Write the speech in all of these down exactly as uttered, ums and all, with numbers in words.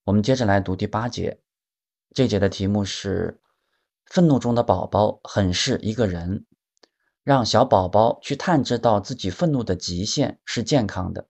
我们接着来读第八节，这节的题目是愤怒中的宝宝很是一个人，让小宝宝去探知到自己愤怒的极限是健康的。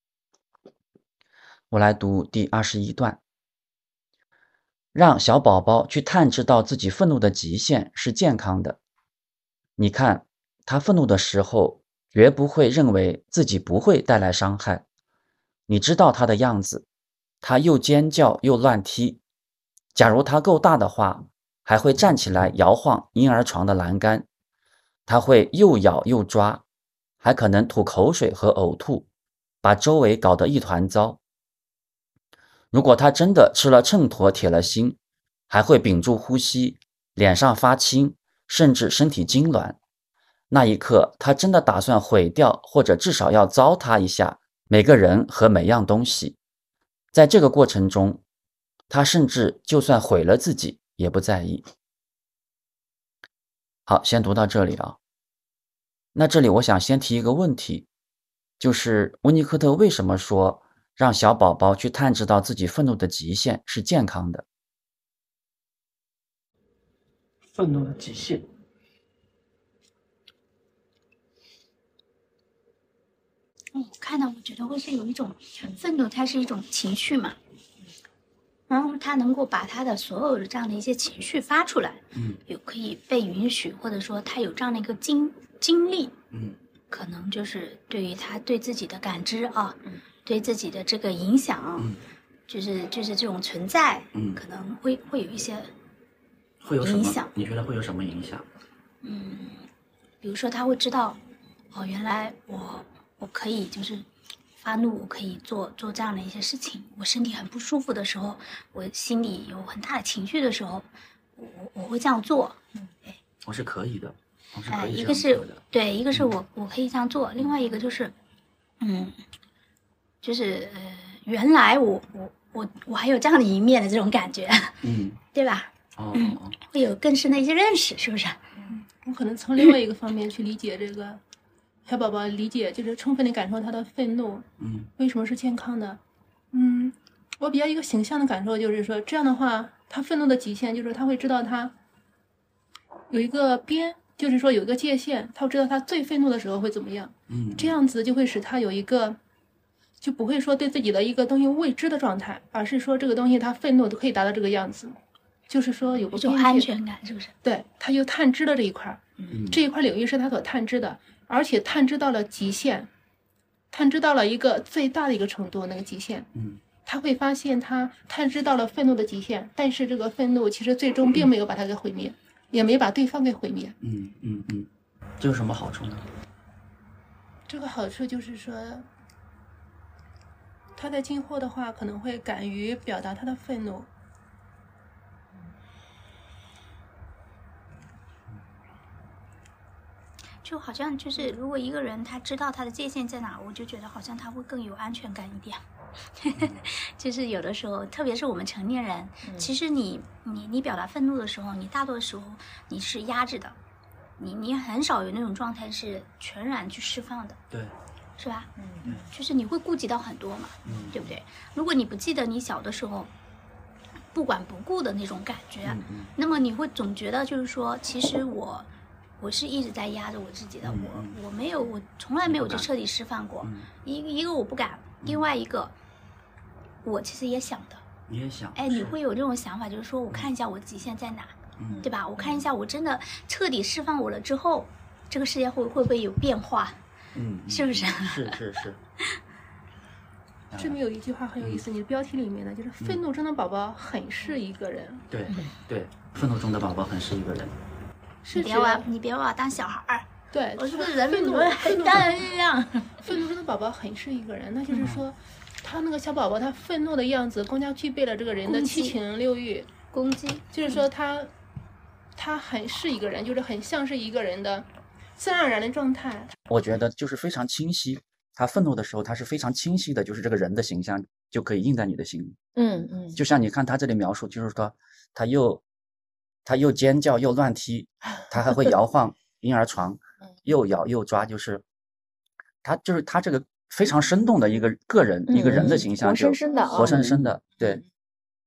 我来读第二十一段，让小宝宝去探知到自己愤怒的极限是健康的。你看，他愤怒的时候，绝不会认为自己不会带来伤害。你知道他的样子，他又尖叫又乱踢。假如他够大的话，还会站起来摇晃婴儿床的栏杆。他会又咬又抓，还可能吐口水和呕吐，把周围搞得一团糟。如果他真的吃了秤砣铁了心，还会屏住呼吸，脸上发青，甚至身体痉挛。那一刻，他真的打算毁掉，或者至少要糟蹋一下每个人和每样东西。在这个过程中，他甚至就算毁了自己也不在意。好，先读到这里啊。那这里我想先提一个问题，就是温尼科特为什么说让小宝宝去探知到自己愤怒的极限是健康的？ 愤怒的极限， 嗯，我看到我觉得会是有一种愤怒，它是一种情绪嘛，然后他能够把他的所有的这样的一些情绪发出来， 嗯， 有可以被允许，或者说他有这样的一个经经历， 嗯， 可能就是对于他对自己的感知啊， 嗯， 对自己的这个影响， 嗯， 就是就是这种存在， 嗯， 可能会会有一些会有什么影响？ 你觉得会有什么影响？ 嗯，比如说他会知道，哦，原来我我可以就是发怒，我可以做做这样的一些事情。我身体很不舒服的时候，我心里有很大的情绪的时候，我我我会这样做。嗯，哎， 我是可以的，我是可哎， 以这一个是样做的。 对，一个是我我可以这样做，另外一个就是，嗯，就是呃，原来我我我我还有这样的一面的这种感觉， 嗯， 对吧？ 哦， 嗯哦会有更深的一些认识，是不是？ 我可能从另外一个方面去理解这个小宝宝，理解就是充分的感受他的愤怒， 嗯， 为什么是健康的？嗯，我比较一个形象的感受就是说，这样的话，他愤怒的极限就是他会知道他有一个边，就是说有一个界限，他会知道他最愤怒的时候会怎么样。 嗯， 这样子就会使他有一个，就不会说对自己的一个东西未知的状态，而是说这个东西他愤怒都可以达到这个样子，就是说有个一种边界安全感，是不是？ 对，他就探知了这一块儿， 嗯， 这一块领域是他所探知的，而且探知到了极限，探知到了一个最大的一个程度，那个极限， 嗯， 他会发现他探知到了愤怒的极限，但是这个愤怒其实最终并没有把他给毁灭，也没把对方给毁灭。 嗯，嗯，嗯，这有什么好处呢？ 这个好处就是说，他在今后的话可能会敢于表达他的愤怒。 就好像就是，如果一个人他知道他的界限在哪，我就觉得好像他会更有安全感一点。就是有的时候，特别是我们成年人， 嗯其实你你你表达愤怒的时候，你大多时候你是压制的，你你很少有那种状态是全然去释放的， 对， 是吧？ 嗯就是你会顾及到很多嘛， 嗯， 对不对？如果你不记得你小的时候不管不顾的那种感觉， 嗯嗯那么你会总觉得就是说，其实我我是一直在压着我自己的， 嗯我嗯我没有，我从来没有不敢就彻底释放过。 嗯， 一个一个我不敢，另外一个我其实也想的， 你也想， 哎，你是， 会有这种想法，就是说我看一下我极限在哪， 嗯， 对吧？我看一下我真的彻底释放我了之后，这个世界会会不会有变化？ 嗯，嗯是不是是是是。 这里面有一句话很有意思，你的标题里面呢，就是愤怒中的宝宝很是一个人， 对对，愤怒中的宝宝很是一个人。 是指你别把你别把我当小孩儿， 对， 我是个他人， 愤怒我愤怒当然是这样。 愤怒中的宝宝很是一个人，那就是说，他那个小宝宝他愤怒的样子更加具备了这个人的攻击七情六欲， 攻击， 就是说他他很是一个人，就是很像是一个人的自然而然的状态。 我觉得就是非常清晰，他愤怒的时候，他是非常清晰的，就是这个人的形象就可以印在你的心里。 嗯嗯， 就像你看他这里描述，就是说他又他又尖叫又乱踢，他还会摇晃婴儿床，又咬又抓，就是他就是他这个非常生动的一个个人、一个人的形象， 活就生生的啊活生生的，对。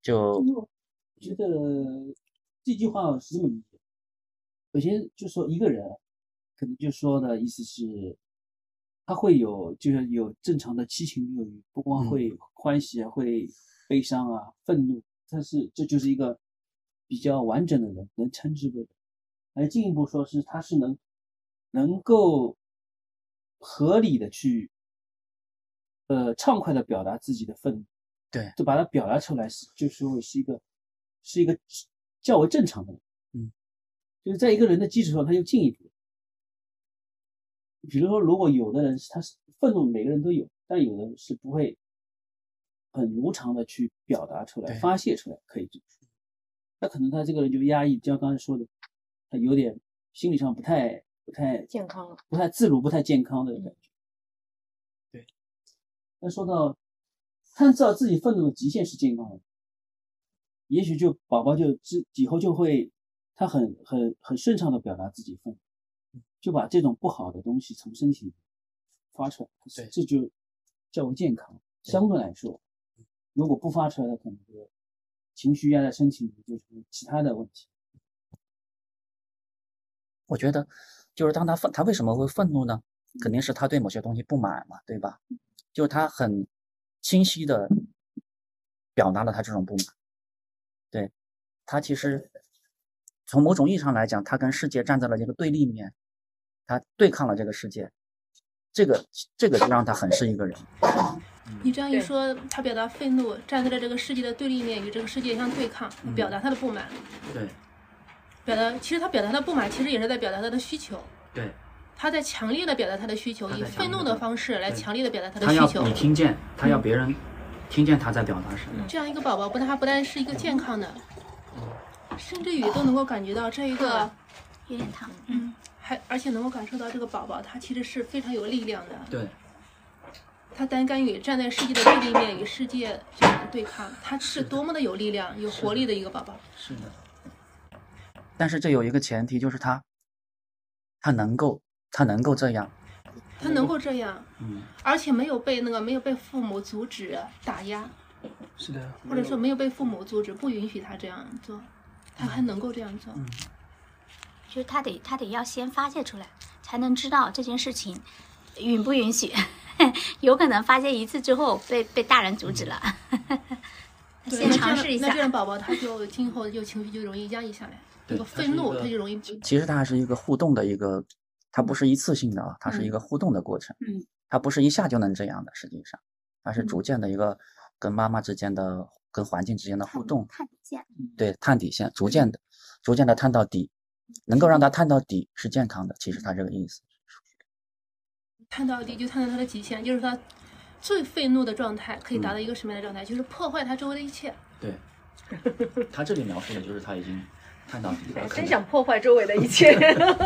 就我觉得这句话是这么理解。首先就说一个人，可能就说的意思是，他会有就是有正常的七情六欲，不光会欢喜啊，会悲伤啊，愤怒，但是这就是一个比较完整的人，能称之为人。而进一步说是他是能能够合理的去呃畅快的表达自己的愤怒， 对， 就把它表达出来是就是会是一个是一个较为正常的人。 嗯， 就是在一个人的基础上，他就进一步。比如说，如果有的人他是愤怒，每个人都有，但有的人是不会很如常的去表达出来、 对发泄出来，可以这么说。那可能他这个人就压抑，就像刚才说的，他有点心理上不太、不太健康了， 不太自如、不太健康的感觉。 对。 那说到他知道自己愤怒的极限是健康的，也许就宝宝就之以后就会，他很很很顺畅的表达自己愤怒，就把这种不好的东西从身体里发出来， 对这就较为健康。相对来说，如果不发出来的，可能就情绪压在身体里，就是其他的问题。 我觉得，就是当他愤，他为什么会愤怒呢？肯定是他对某些东西不满嘛，对吧？就是他很清晰的表达了他这种不满。对，他其实从某种意义上来讲，他跟世界站在了这个对立面，他对抗了这个世界，这个这个就让他很是一个人。 你这样一说，他表达愤怒，站在了这个世界的对立面，与这个世界相对抗， 嗯表达他的不满。 对表达其实他表达他的不满，其实也是在表达他的需求。 对， 他在强烈的表达他的需求，以他在强烈地愤怒的方式来对强烈的表达他的他要需求。 你听见，他要别人听见他在表达什么。 这样一个宝宝，不但他不但是一个健康的，甚至于都能够感觉到这一个， 有点烫。 嗯，还而且能够感受到这个宝宝他其实是非常有力量的。 对， 他胆敢与站在世界的对立面与世界这样对抗，他是多么的有力量、有活力的一个宝宝。 是的， 但是这有一个前提，就是他他能够他能够这样。 他能够这样， 嗯， 而且没有被那个没有被父母阻止打压， 是的， 或者说没有被父母阻止，不允许他这样做，他还能够这样做。 嗯就是他得他得要先发泄出来，才能知道这件事情允不允许。有可能发泄一次之后被被大人阻止了。 对， 先那这样尝试一下那这。样宝宝他就今后就情绪就容易压抑下来，这对个愤怒他是一个他就容易。 其实它还是一个互动的一个，它不是一次性的啊，它是一个互动的过程。 嗯， 它不是一下就能这样的，实际上，它是逐渐的一个跟妈妈之间的、跟环境之间的互动， 看底线。 对，探底线，逐渐的、逐渐的探到底，能够让他探到底是健康的。其实他这个意思， 探到底就探到他的极限，就是他最愤怒的状态可以达到一个什么样的状态？就是破坏他周围的一切。 对，他这里描述的就是他已经看到底了，可能真想破坏周围的一切。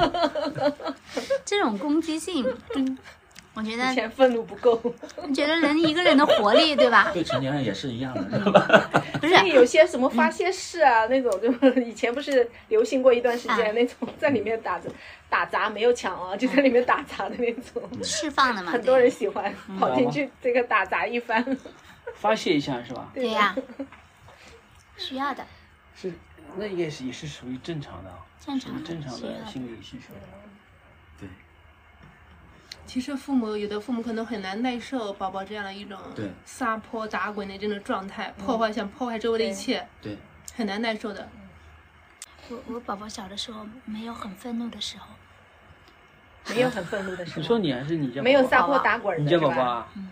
这种攻击性，嗯，我觉以得， 前愤怒不够， 我觉得人一个人的活力，对吧？ 对成年人也是一样的，是吧？ 不是所以有些什么发泄室啊，那种就以前不是流行过一段时啊间那种在里面打着打杂，没有抢啊，就在里面打杂的那种， 释放的嘛， 很多人对喜欢跑进去这个打杂一番。 发泄一下是吧？ 对呀，需要的， 是，那也是也是属于正常的啊， 正常属于正常需要的的心理需求。 对其实父母有的父母可能很难耐受宝宝这样的一种对撒泼打滚的这种状态，破坏想破坏周围的一切， 对， 很难耐受的。 我我宝宝小的时候没有很愤怒的时候， 没有很愤怒的时候， 你说你还是你家宝宝？ 没有撒泼打滚你的是吧？ 家宝宝啊？ 嗯，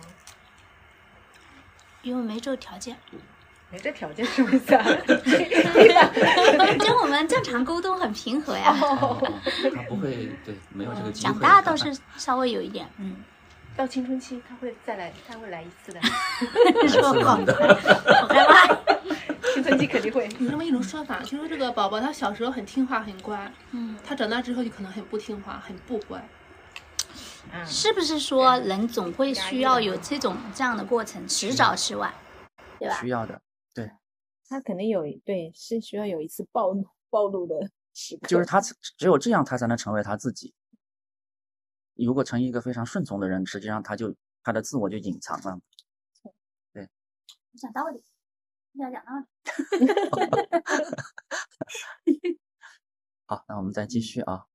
因为没这个条件。 没这条件什么意思啊？ 跟我们正常沟通很平和呀。 哦哦他不会对没有这个机会。 长大倒是稍微有一点，嗯， 到青春期他会再来，他会来一次的。 说好好害怕。 青春期肯定会。 有这么一种说法，就说这个宝宝他小时候很听话很乖， 嗯， 他长大之后就可能很不听话很不乖。 嗯， 是不是说人总会需要有这种这样的过程，时早时晚，对吧？ 需要的， 他肯定有对，是需要有一次暴怒暴怒的时刻。 就是他只有这样，他才能成为他自己。如果成一个非常顺从的人，实际上他就他的自我就隐藏了。 讲道理。 要讲道理。 好，那我们再继续啊。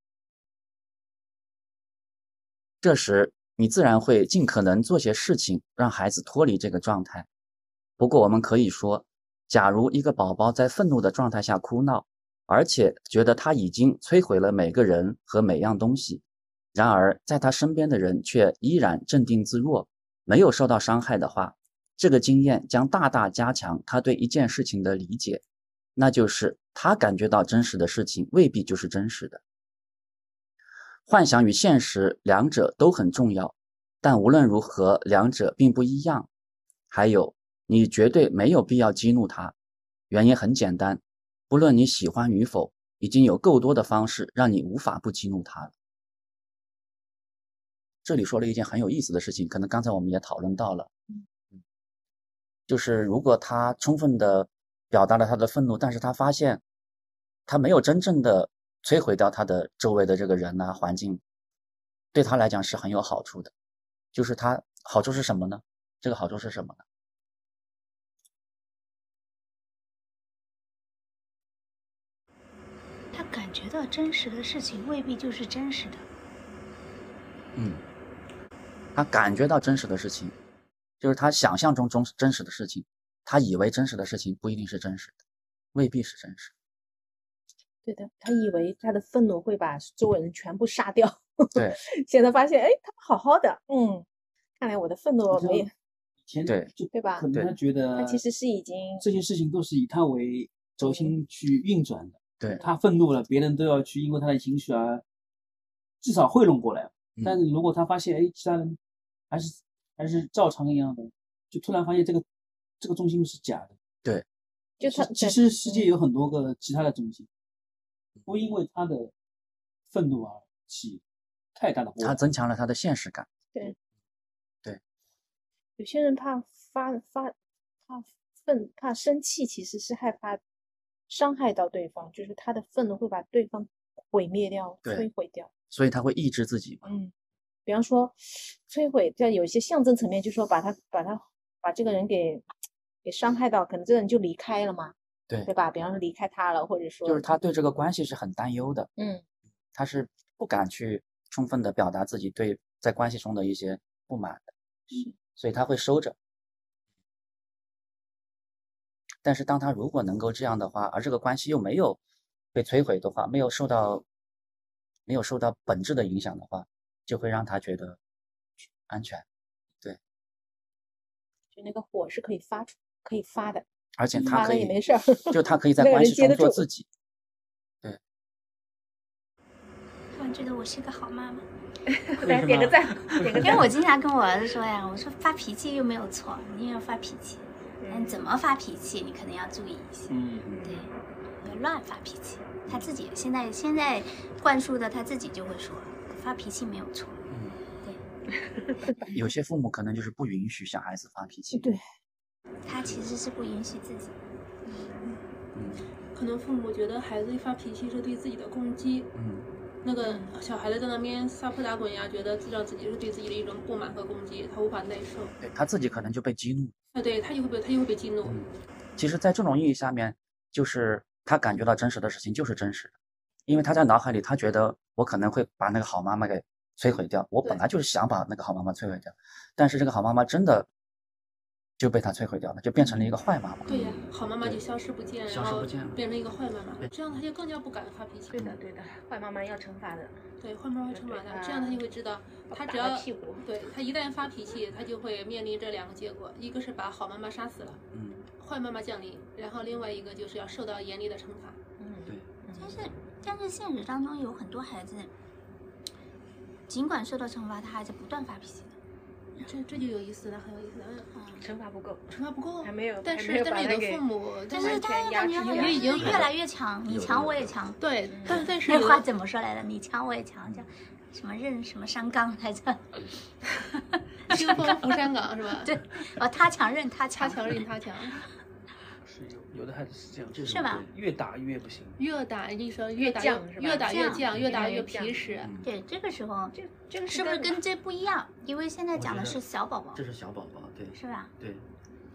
这时，你自然会尽可能做些事情，让孩子脱离这个状态。不过，我们可以说，假如一个宝宝在愤怒的状态下哭闹，而且觉得他已经摧毁了每个人和每样东西，然而在他身边的人却依然镇定自若，没有受到伤害的话，这个经验将大大加强他对一件事情的理解，那就是他感觉到真实的事情未必就是真实的。幻想与现实两者都很重要，但无论如何，两者并不一样。还有，你绝对没有必要激怒他，原因很简单，不论你喜欢与否，已经有够多的方式让你无法不激怒他了。这里说了一件很有意思的事情，可能刚才我们也讨论到了， 嗯， 就是如果他充分的表达了他的愤怒，但是他发现他没有真正的摧毁掉他的周围的这个人啊环境，对他来讲是很有好处的。就是他好处是什么呢？这个好处是什么呢？ 他感觉到真实的事情未必就是真实的。 嗯，他感觉到真实的事情，就是他想象中中真实的事情，他以为真实的事情不一定是真实的，未必是真实。 对的，他以为他的愤怒会把周围人全部杀掉， 对， 现在发现，哎，他们好好的，嗯，看来我的愤怒没有， 以前对就对吧可能他觉得他其实是已经这些事情都是以他为轴心去运转的。 对， 他愤怒了，别人都要去因为他的情绪而至少汇拢过来。 嗯但是如果他发现，哎，其他人还是还是照常一样的，就突然发现这个这个中心是假的。 对， 就他其其实世界有很多个其他的中心，不因为他的愤怒而起太大的波他澜。 增强了他的现实感。 对对， 有些人怕发发怕愤怕生气，其实是害怕伤害到对方，就是他的愤怒会把对方毁灭掉、 对摧毁掉。 所以他会抑制自己嘛。 嗯，比方说摧毁，在有一些象征层面，就是说把他把他把这个人给给伤害到，可能这个人就离开了嘛， 对， 对吧？比方说离开他了，或者说就是他对这个关系是很担忧的， 嗯他是不敢去充分的表达自己对在关系中的一些不满的， 嗯所以他会收着。但是当他如果能够这样的话，而这个关系又没有被摧毁的话，没有受到没有受到本质的影响的话，就会让他觉得安全。 就那个火是可以发出可以发的， 而且他发可以了也没事儿， 就他可以在那个关系中人接得住做自己。 突然觉得我是个好妈妈， 大家点个赞，点个赞。 因为我经常跟我儿子说呀，我说发脾气又没有错，你也要发脾气，但怎么发脾气你可能要注意一下， 嗯， 对，要乱发脾气。他自己现在现在灌输的，他自己就会说，发脾气没有错。 有些父母可能就是不允许小孩子发脾气。 对， 他其实是不允许自己。 可能父母觉得孩子一发脾气是对自己的攻击， 嗯， 那个小孩子在那边撒泼打滚呀，觉得知道自己是对自己的一种不满和攻击，他无法耐受， 对他自己可能就被激怒。 那对他就会被他就会被激怒。 嗯，其实，在这种意义下面，就是他感觉到真实的事情就是真实的，因为他在脑海里，他觉得我可能会把那个好妈妈给摧毁掉，我本来就是想把那个好妈妈摧毁掉，但是这个好妈妈真的就被他摧毁掉了，就变成了一个坏妈妈。 对呀，好妈妈就消失不见， 消然后失不见了变成一个坏妈妈，这样他就更加不敢发脾气。 对的对的，坏妈妈要惩罚的， 对，坏妈妈会惩罚对他，这样他就会知道，他只打要他屁股对他一旦发脾气，他就会面临这两个结果，一个是把好妈妈杀死了， 嗯， 坏妈妈降临，然后另外一个就是要受到严厉的惩罚。 嗯， 对， 但是但是现实当中有很多孩子，尽管受到惩罚，他还在不断发脾气的。 这这就有意思了，很有意思了。嗯， 惩罚不够， 惩罚不够， 还没有但还没有是但是有的把他给父母， 但是完全他压制住感觉好像已经越来越强，你强我也强。 对，但但是那话有的怎么说来的？你强我也强，叫什么任什么山冈来着？ 清风拂山岗是吧？ 对，哦，他强任他强， 他强任他强， 是有有的孩子是这样，就是是吧越打越不行。 越打你说越打犟是吧越打越犟犟，越打越越犟皮实。 对，这个时候这这个是不是跟这不一样？因为现在讲的是小宝宝， 这是小宝宝，对是吧？ 对，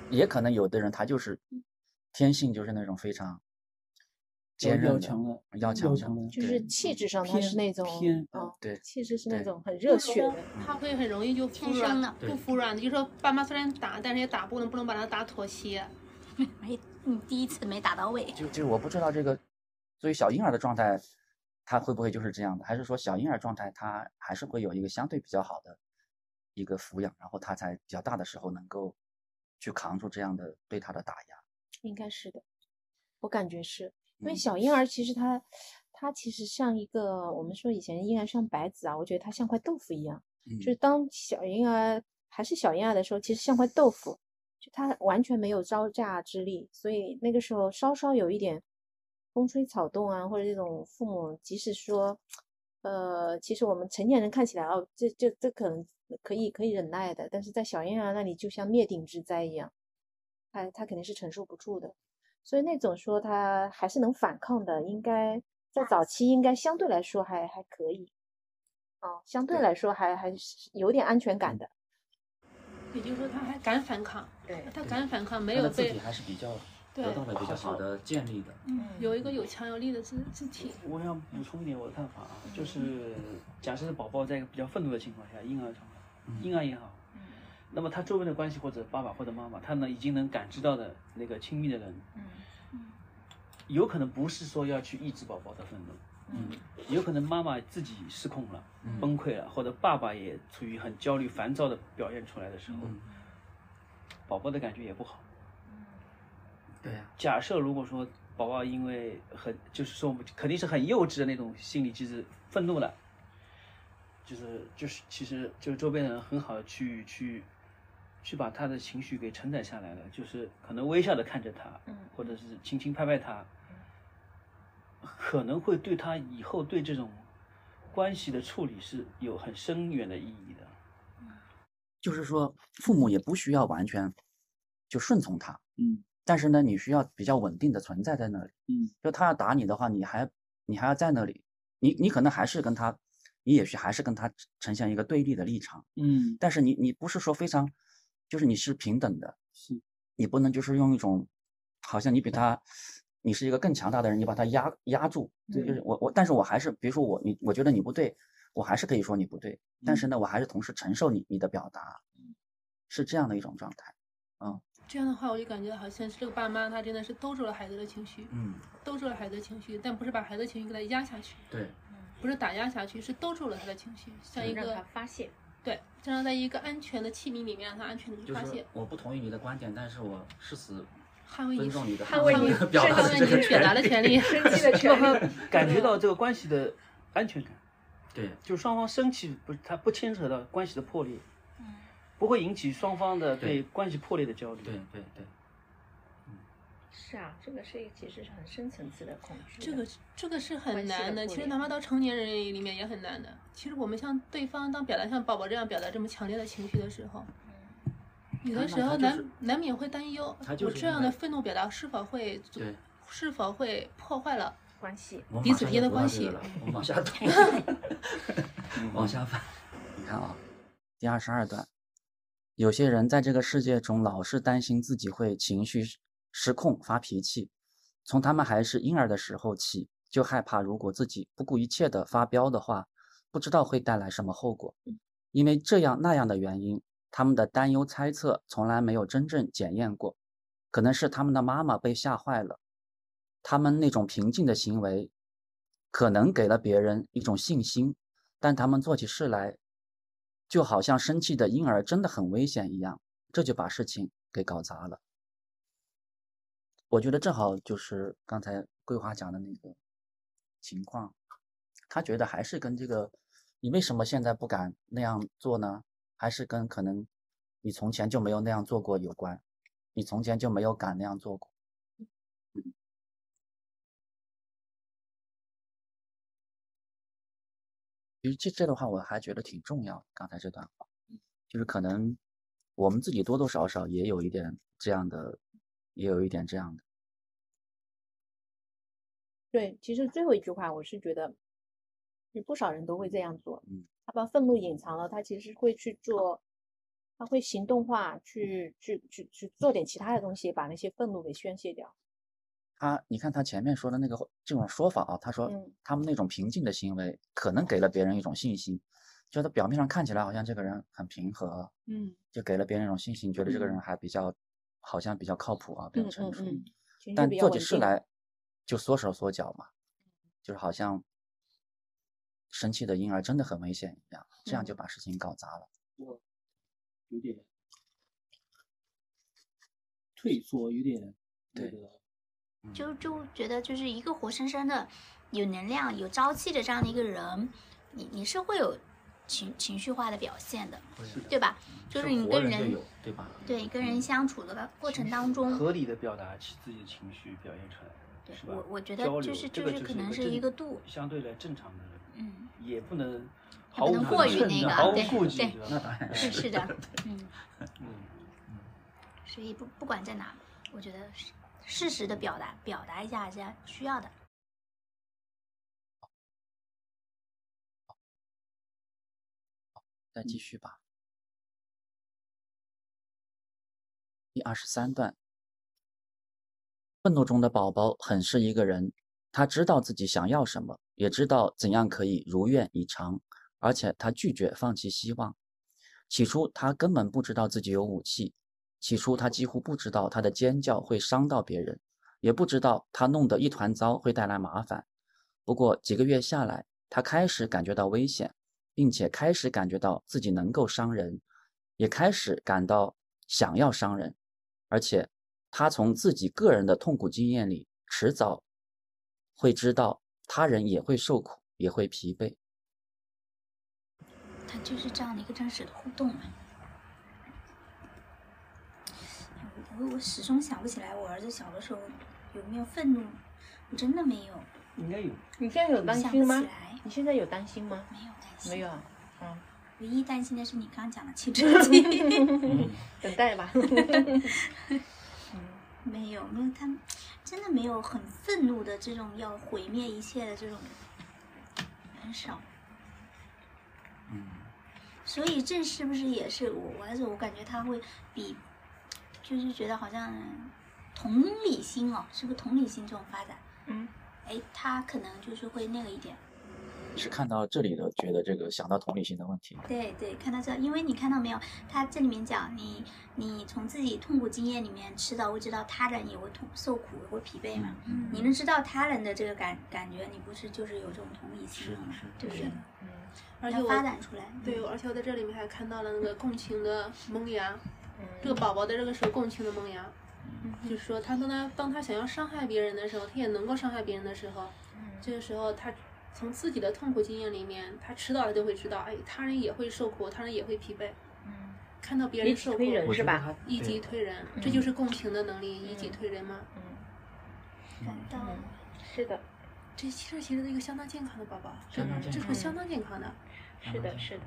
也可能有的人他就是天性就是那种非常坚要韧强的， 要强的， 要强的， 就是气质上他是那种偏啊， 对气质是那对种很热血的。 他会很容易就服软天生的， 不服软的。就说爸妈虽然打，但是也打不能不能把他打妥协。 没，你第一次没打到位。 就就是我不知道这个，所以小婴儿的状态，他会不会就是这样的？还是说小婴儿状态他还是会有一个相对比较好的一个抚养，然后他在比较大的时候能够去扛住这样的对他的打压？ 应该是的，我感觉是因为嗯小婴儿其实他他其实像一个我们说以前婴儿像白子啊，我觉得他像块豆腐一样， 嗯就是当小婴儿还是小婴儿的时候，其实像块豆腐，就他完全没有招架之力，所以那个时候稍稍有一点风吹草动啊，或者这种父母即使说，呃，其实我们成年人看起来哦，这这这可能可以可以忍耐的，但是在小婴儿那里就像灭顶之灾一样，他他肯定是承受不住的。所以那种说他还是能反抗的，应该在早期应该相对来说还还可以，哦，相对对来说还还是有点安全感的。 也就是说他还敢反抗， 对他敢反抗，没他的字有被体还是比较对得到了比较好的建立的。 嗯有一个有强有力的字字体。 我想补充一点我的看法啊，就是假设宝宝在一个比较愤怒的情况下，婴儿状态，婴儿也好，那么他周围的关系或者爸爸或者妈妈，他能已经能感知到的那个亲密的人，有可能不是说要去抑制宝宝的愤怒， 嗯， 有可能妈妈自己失控了，崩溃了，或者爸爸也处于很焦虑、烦躁的表现出来的时候， 嗯宝宝的感觉也不好。 对呀、 假设如果说宝宝因为很就是说肯定是很幼稚的那种心理机制愤怒了，就是就是其实就是周边人很好的去去去把他的情绪给承载下来了，就是可能微笑的看着他，或者是轻轻拍拍他，可能会对他以后对这种关系的处理是有很深远的意义的。 就是说父母也不需要完全就顺从他， 嗯但是呢，你需要比较稳定的存在在那里。 嗯就他要打你的话，你还你还要在那里，你你可能还是跟他，你也许还是跟他呈现一个对立的立场， 嗯， 但是你你不是说非常，就是你是平等的， 是你不能就是用一种，好像你比他，你是一个更强大的人，你把他压压住， 对就是我我，但是我还是，比如说我你我觉得你不对，我还是可以说你不对，但是呢，我还是同时承受你你的表达，是这样的一种状态，嗯。 这样的话，我就感觉好像是这个爸妈他真的是兜住了孩子的情绪， 嗯， 兜住了孩子的情绪，但不是把孩子的情绪给他压下去， 对， 不是打压下去，是兜住了他的情绪，像一让他个发泄。 对，这样在一个安全的器皿里面让他安全的去就是发泄， 我不同意你的观点，但是我誓死捍卫你尊重你的捍卫你的表达的捍卫你这个表达的权利。 生气的让权他利。 感觉到这个关系的安全感。 对， 就是双方生气不，它不牵扯到关系的破裂，不会引起双方的对对关系破裂的焦虑。 对对对， 是啊，这个是其实是很深层次的恐惧的。 这个这个是很关系的难的， 破裂其实哪怕到成年人里面也很难的。其实我们像对方当表达像宝宝这样表达这么强烈的情绪的时候，有的那时候难他就是难免会担忧， 他就是我这样的因为愤怒表达是否会阻对是否会破坏了关系。 我们彼此之间的关系马上就读到这个了我们往下读，往下翻。 你看啊，第二十二段，有些人在这个世界中老是担心自己会情绪失控、发脾气，从他们还是婴儿的时候起，就害怕如果自己不顾一切的发飙的话，不知道会带来什么后果。因为这样那样的原因，他们的担忧猜测从来没有真正检验过，可能是他们的妈妈被吓坏了，他们那种平静的行为，可能给了别人一种信心，但他们做起事来，就好像生气的婴儿真的很危险一样，这就把事情给搞砸了。我觉得正好就是刚才桂花讲的那个情况，他觉得还是跟这个你为什么现在不敢那样做呢？还是跟可能你从前就没有那样做过有关，你从前就没有敢那样做过。嗯，其实这这段话我还觉得挺重要的，刚才这段话，就是可能我们自己多多少少也有一点这样的，也有一点这样的。 对，其实最后一句话，我是觉得，有不少人都会这样做。 嗯， 他把愤怒隐藏了，他其实会去做他会行动化，去去去去做点其他的东西，把那些愤怒给宣泄掉。 他，你看他前面说的那个这种说法啊，他说嗯他们那种平静的行为，可能给了别人一种信心，就他表面上看起来好像这个人很平和， 嗯， 就给了别人一种信心，觉得这个人还比较，好像比较靠谱啊，比较嗯成熟。 嗯嗯，情绪但做起比较稳定。 事来就缩手缩脚嘛，就是好像生气的婴儿真的很危险一样，这样就嗯把事情搞砸了。 我有点退缩，有点那对个。 就就觉得就是一个活生生的、有能量、有朝气的这样的一个人，你你是会有情情绪化的表现的，对吧？就是你跟人活人就有，对吧？ 对你跟人相处的过程当中， 合理的表达自己的情绪表现出来， 对是吧？ 我我觉得交流就是这个就是可能是一个度， 相对来正常的， 嗯， 也不能它不能毫无顾忌过于那个毫无对顾忌， 对对吧？ 那当然是是的，嗯， 嗯， 所以不不管在哪，我觉得是适时的表达表达一下还是需要的。 再继续吧。第二十三段，愤怒中的宝宝很是一个人，他知道自己想要什么，也知道怎样可以如愿以偿，而且他拒绝放弃希望。起初他根本不知道自己有武器，起初他几乎不知道他的尖叫会伤到别人，也不知道他弄得一团糟会带来麻烦。不过几个月下来，他开始感觉到危险，并且开始感觉到自己能够伤人，也开始感到想要伤人，而且他从自己个人的痛苦经验里，迟早会知道他人也会受苦，也会疲惫。 它就是这样的一个真实的互动嘛。我我始终想不起来我儿子小的时候有没有愤怒，我真的没有， 应该有。 你现在有担想心吗不起来？ 你现在有担心吗？ 没有担心， 没有啊，嗯， 唯一担心的是你刚刚讲的青春期。 等待吧。 没有没有，他真的没有很愤怒的这种要毁灭一切的这种，很少。 嗯， 所以这是不是也是我我儿子，我感觉他会比，就是觉得好像同理心哦，是不是同理心这种发展？ 嗯， 哎，他可能就是会那个一点。 是看到这里的，觉得这个想到同理心的问题。 对对，看到这，因为你看到没有，他这里面讲你你从自己痛苦经验里面吃到，会知道他人也会痛受苦，也会疲惫嘛。 嗯你能知道他人的这个感感觉，你不是就是有这种同理心了吗？对不对？ 嗯，而且要我发展出来。 对，而且我在这里面还看到了那个共情的萌芽，这个宝宝的这个是共情的萌芽，就是说他当他当他想要伤害别人的时候，他也能够伤害别人的时候，这个时候他从自己的痛苦经验里面，他迟早就会知道，哎，他人也会受苦，他人也会疲惫，看到别人受苦， 推人是吧？ 一级推人，这就是共情的能力，一级推人嘛。 感到是的， 这其实其实是一个相当健康的宝宝，这相当健康这是相当健康的。 是的，是的。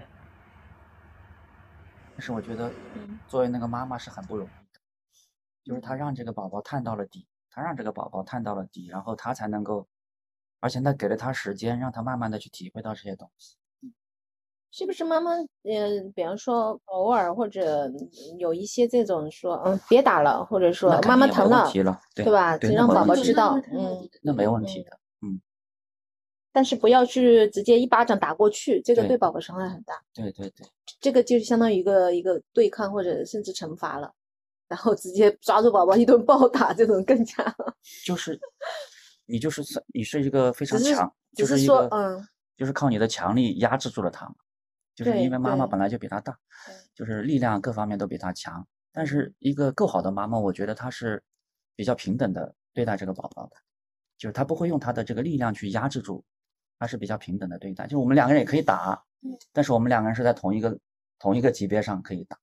但是我觉得嗯， 作为那个妈妈是很不容易的，就是她让这个宝宝探到了底，她让这个宝宝探到了底，然后她才能够，而且她给了他时间，让他慢慢的去体会到这些东西。 是不是妈妈，嗯、比方说偶尔或者有一些这种说，嗯，别打了，或者说那肯妈妈疼了定也没问，题了，对对吧？ 对， 只让宝那没问题宝知道， 的嗯， 那没问题的。 但是不要去直接一巴掌打过去，这个对对宝宝伤害很大。 对对对， 这个就是相当于一个一个对抗或者甚至惩罚了，然后直接抓住宝宝一顿暴打，这种更加就是你就是算你是一个非常只是强， 只就是是一个， 说嗯， 就是靠你的强力压制住了他嘛。就是对因为妈妈对本来就比他大对， 就是力量各方面都比他强。但是一个够好的妈妈，我觉得她是比较平等的对待这个宝宝的，就是她不会用她的这个力量去压制住，她是比较平等的对待。就是我们两个人也可以打，但是我们两个人是在同一个同一个级别上可以打。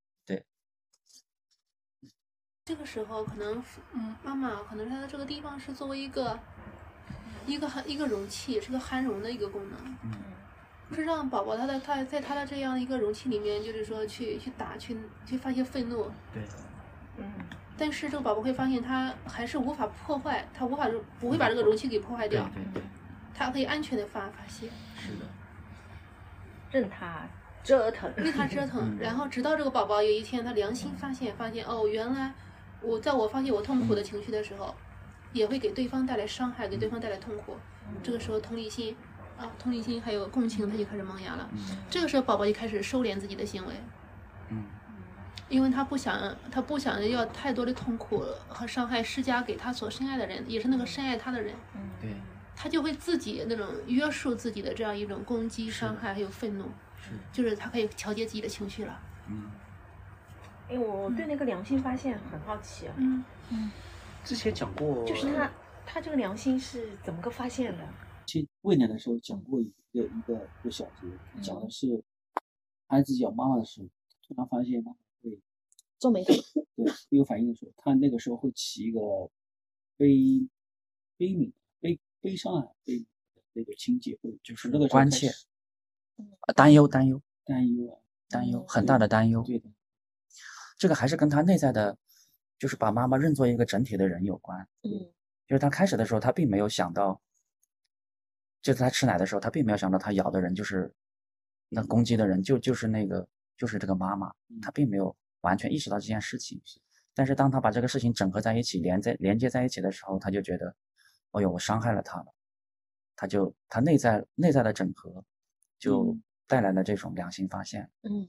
这个时候可能，嗯，妈妈可能她在这个地方是作为一个一个含一个容器，是个含容的一个功能。 嗯， 不是让宝宝他的他在他的这样一个容器里面，就是说去去打去去发泄愤怒， 对， 嗯， 但是这个宝宝会发现他还是无法破坏，他无法不会把这个容器给破坏对掉， 对对， 他可以安全的发发泄。 是的， 任他折腾， 为他折腾，然后直到这个宝宝有一天他良心发现，发现哦，原来我在我发泄我痛苦的情绪的时候，也会给对方带来伤害，给对方带来痛苦。这个时候同理心啊，同理心还有共情，他就开始萌芽了。这个时候宝宝就开始收敛自己的行为， 嗯， 因为他不想，他不想要太多的痛苦和伤害施加给他所深爱的人，也是那个深爱他的人。 对， 他就会自己那种约束自己的这样一种攻击、伤害还有愤怒， 是， 就是他可以调节自己的情绪了。 嗯， 因为我对那个良心发现很好奇啊， 嗯嗯， 之前讲过， 就是他他这个良心是怎么个发现的？ 其实喂奶的时候讲过一个一个一个小节，讲的是孩子咬妈妈的时候，突然发现妈妈会皱眉头， 对会有反应的时候，他那个时候会起一个悲悲悯、悲悲伤啊、悲悯的那个情节，会就是那个时候关切开始呃担忧担忧担忧啊， 担忧，很大的担忧。 对的， 这个还是跟他内在的，就是把妈妈认作一个整体的人有关。 嗯就是他开始的时候，他并没有想到，就是他吃奶的时候，他并没有想到他咬的人就是那攻击的人就就是那个就是这个妈妈，他并没有完全意识到这件事情。但是当他把这个事情整合在一起，连在连接在一起的时候，他就觉得，哦呦，我伤害了他了，他就他内在内在的整合，就带来了这种良心发现。 嗯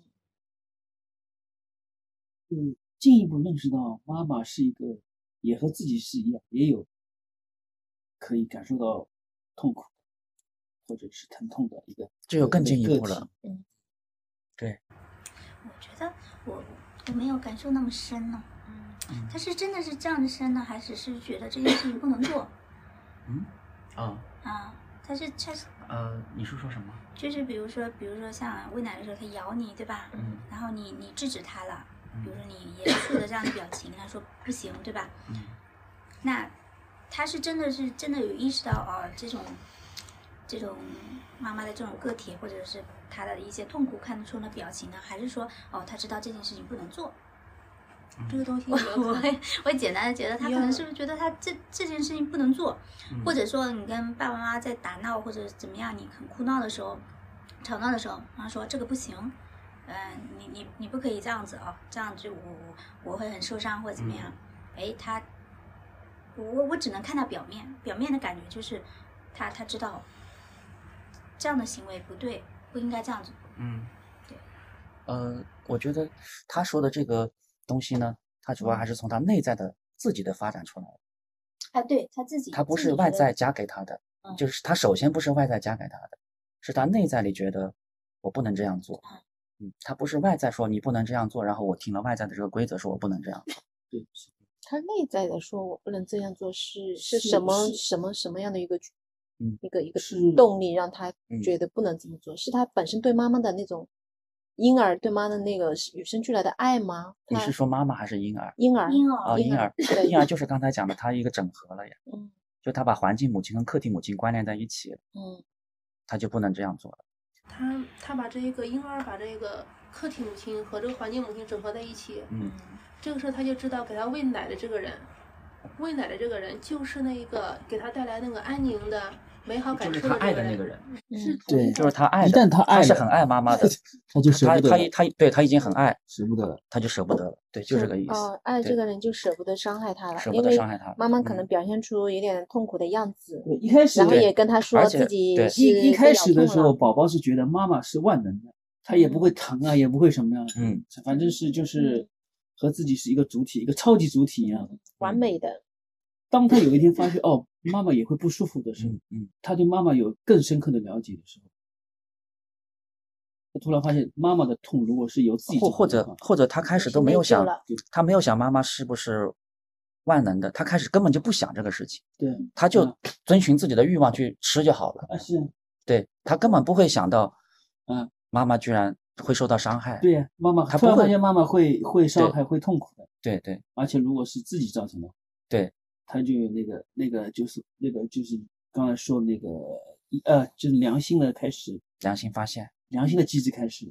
嗯，进一步认识到妈妈是一个也和自己是一样，也有可以感受到痛苦或者是疼痛的一个， 这就更进一个步了体。 嗯， 对， 我觉得我我没有感受那么深呢。嗯，他是真的是这样的深呢，还是是觉得这件事情不能做嗯，啊， 啊？他是他是呃，你是说什么？ 就是比如说比如说像喂奶的时候，他咬你，对吧？ 嗯， 然后你你制止他了，比如说你严肃的这样的表情，他说不行，对吧？ 嗯， 那他是真的是真的有意识到哦，这种这种妈妈的这种个体，或者是他的一些痛苦看得出的表情呢，还是说哦，他知道这件事情不能做？ 这个东西我你要看我会我会简单的觉得他可能是不是觉得他这这件事情不能做， 嗯或者说你跟爸爸妈妈在打闹或者怎么样，你很哭闹的时候，吵闹的时候，然后说这个不行，嗯、呃，你你你不可以这样子哦，这样就我我我会很受伤或者怎么样，哎、嗯，他我我只能看到表面，表面的感觉就是他他知道这样的行为不对，不应该这样子。 嗯， 对， 呃，我觉得他说的这个东西呢，他主要还是从他内在的自己的发展出来的。 啊，对他自己， 他不自己觉得是外在加给他的， 嗯就是他首先不是外在加给他的，是他内在里觉得我不能这样做。嗯，他不是外在说你不能这样做，然后我听了外在的这个规则说我不能这样做。 对， 他内在的说我不能这样做是是是什么是什么什么样的一个嗯一个一个是动力让他嗯觉得不能这么做？是他本身对妈妈的那种婴儿对妈的那个与生俱来的爱吗？他你是说妈妈还是婴儿？ 婴儿婴儿啊，婴儿， 对婴儿就是刚才讲的，他一个整合了呀， 嗯就他把环境母亲跟客体母亲关联在一起了， 嗯他就不能这样做了。 他他把这个婴儿把这个客体母亲和这个环境母亲整合在一起， 嗯， 这个时候他就知道给他喂奶的这个人，喂奶的这个人就是那个给他带来那个安宁的美好感受就是他爱的这个人。 的那个人。 嗯对， 就是他爱的， 一旦他爱了是很爱妈妈的， 他就舍他他不得了， 他对他已经很爱， 舍不得了。 他就舍不得了，对，就这个意思。 哦，爱对这个人就舍不得伤害他了， 舍不因为得伤害他妈妈可能嗯表现出有点痛苦的样子， 对，一开始然后对也跟他说而且自己对是一一开被咬始的时候， 痛了宝宝是觉得妈妈是万能的，他也不会疼啊，也不会什么样， 嗯， 反正是就是和自己是一个主体，一个超级主体一样。 完美的， 当他有一天发现哦，妈妈也会不舒服的时候， 嗯嗯， 他对妈妈有更深刻的了解的时候，他突然发现妈妈的痛如果是由自己或或解决的话者或者他开始是内疚都没有想了， 他没有想妈妈是不是万能的，他开始根本就不想这个事情， 对他就嗯遵循自己的欲望去吃就好了。 啊是啊对，他根本不会想到， 嗯， 妈妈居然会受到伤害。 对呀，妈妈他不会突然发现妈妈会会伤对害会痛苦的， 对对而且如果是自己造成的， 对， 他就有那个那个就是那个就是刚才说的那个呃就是良心的开始， 良心发现。 良心的机制开始了。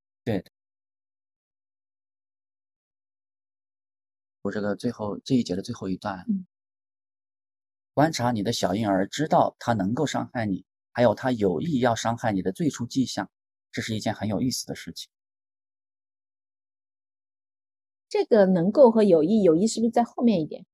我这个最后这一节的最后一段， 嗯观察你的小婴儿知道他能够伤害你，还有他有意要伤害你的最初迹象， 这是一件很有意思的事情。 这个能够和有意，有意是不是在后面一点？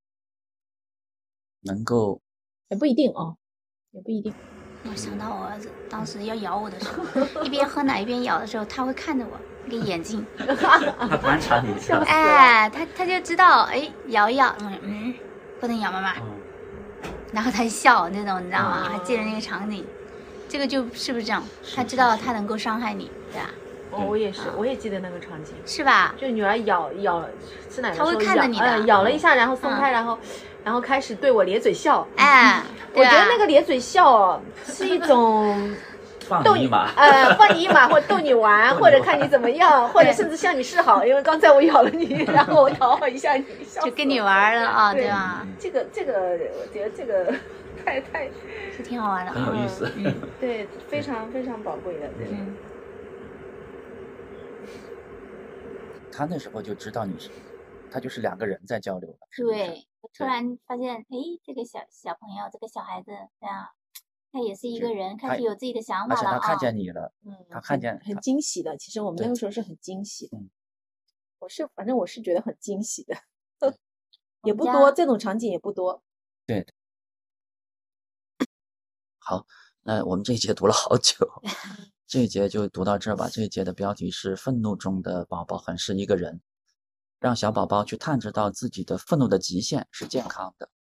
能够也不一定哦，也不一定。 我想到我儿子当时要咬我的时候，一边喝奶一边咬的时候，他会看着我那个眼睛， 他观察你是吧？ 哎，他他就知道，哎，咬一咬，嗯嗯，不能咬妈妈， 嗯然后他笑那种，你知道吗？还记得那个场景，这个就是不是这样？他知道他能够伤害你，对吧？ 哦，我也是，我也记得那个场景， 是吧？ 就女儿咬咬吃奶的时候她会看着你的咬呃咬了一下，然后松开，然后然后开始对我咧嘴笑。 哎， 我觉得那个咧嘴笑是一种放逗你一马， 呃放你一马，或者逗你玩，或者看你怎么样，或者甚至向你示好，因为刚才我咬了你，然后我讨好一下你，笑死就跟你玩了啊， 对对吧？ 这个这个，我觉得这个太太是挺好玩的， 很有意思。 嗯对，非常非常宝贵的，对。 嗯。 他那时候就知道你是，他就是两个人在交流了。是不是对，我突然发现，哎，这个小小朋友，这个小孩子，对啊，他也是一个人，开始有自己的想法了啊。 而且他看见你了， 嗯， 他看见很他惊喜的。其实我们对那个时候是很惊喜的。 嗯我是反正我是觉得很惊喜的，也不我们多， 家这种场景也不多。 对。好，那我们这一节读了好久，这一节就读到这儿吧。这一节的标题是愤怒中的宝宝很是一个人，让小宝宝去探知到自己的愤怒的极限是健康的。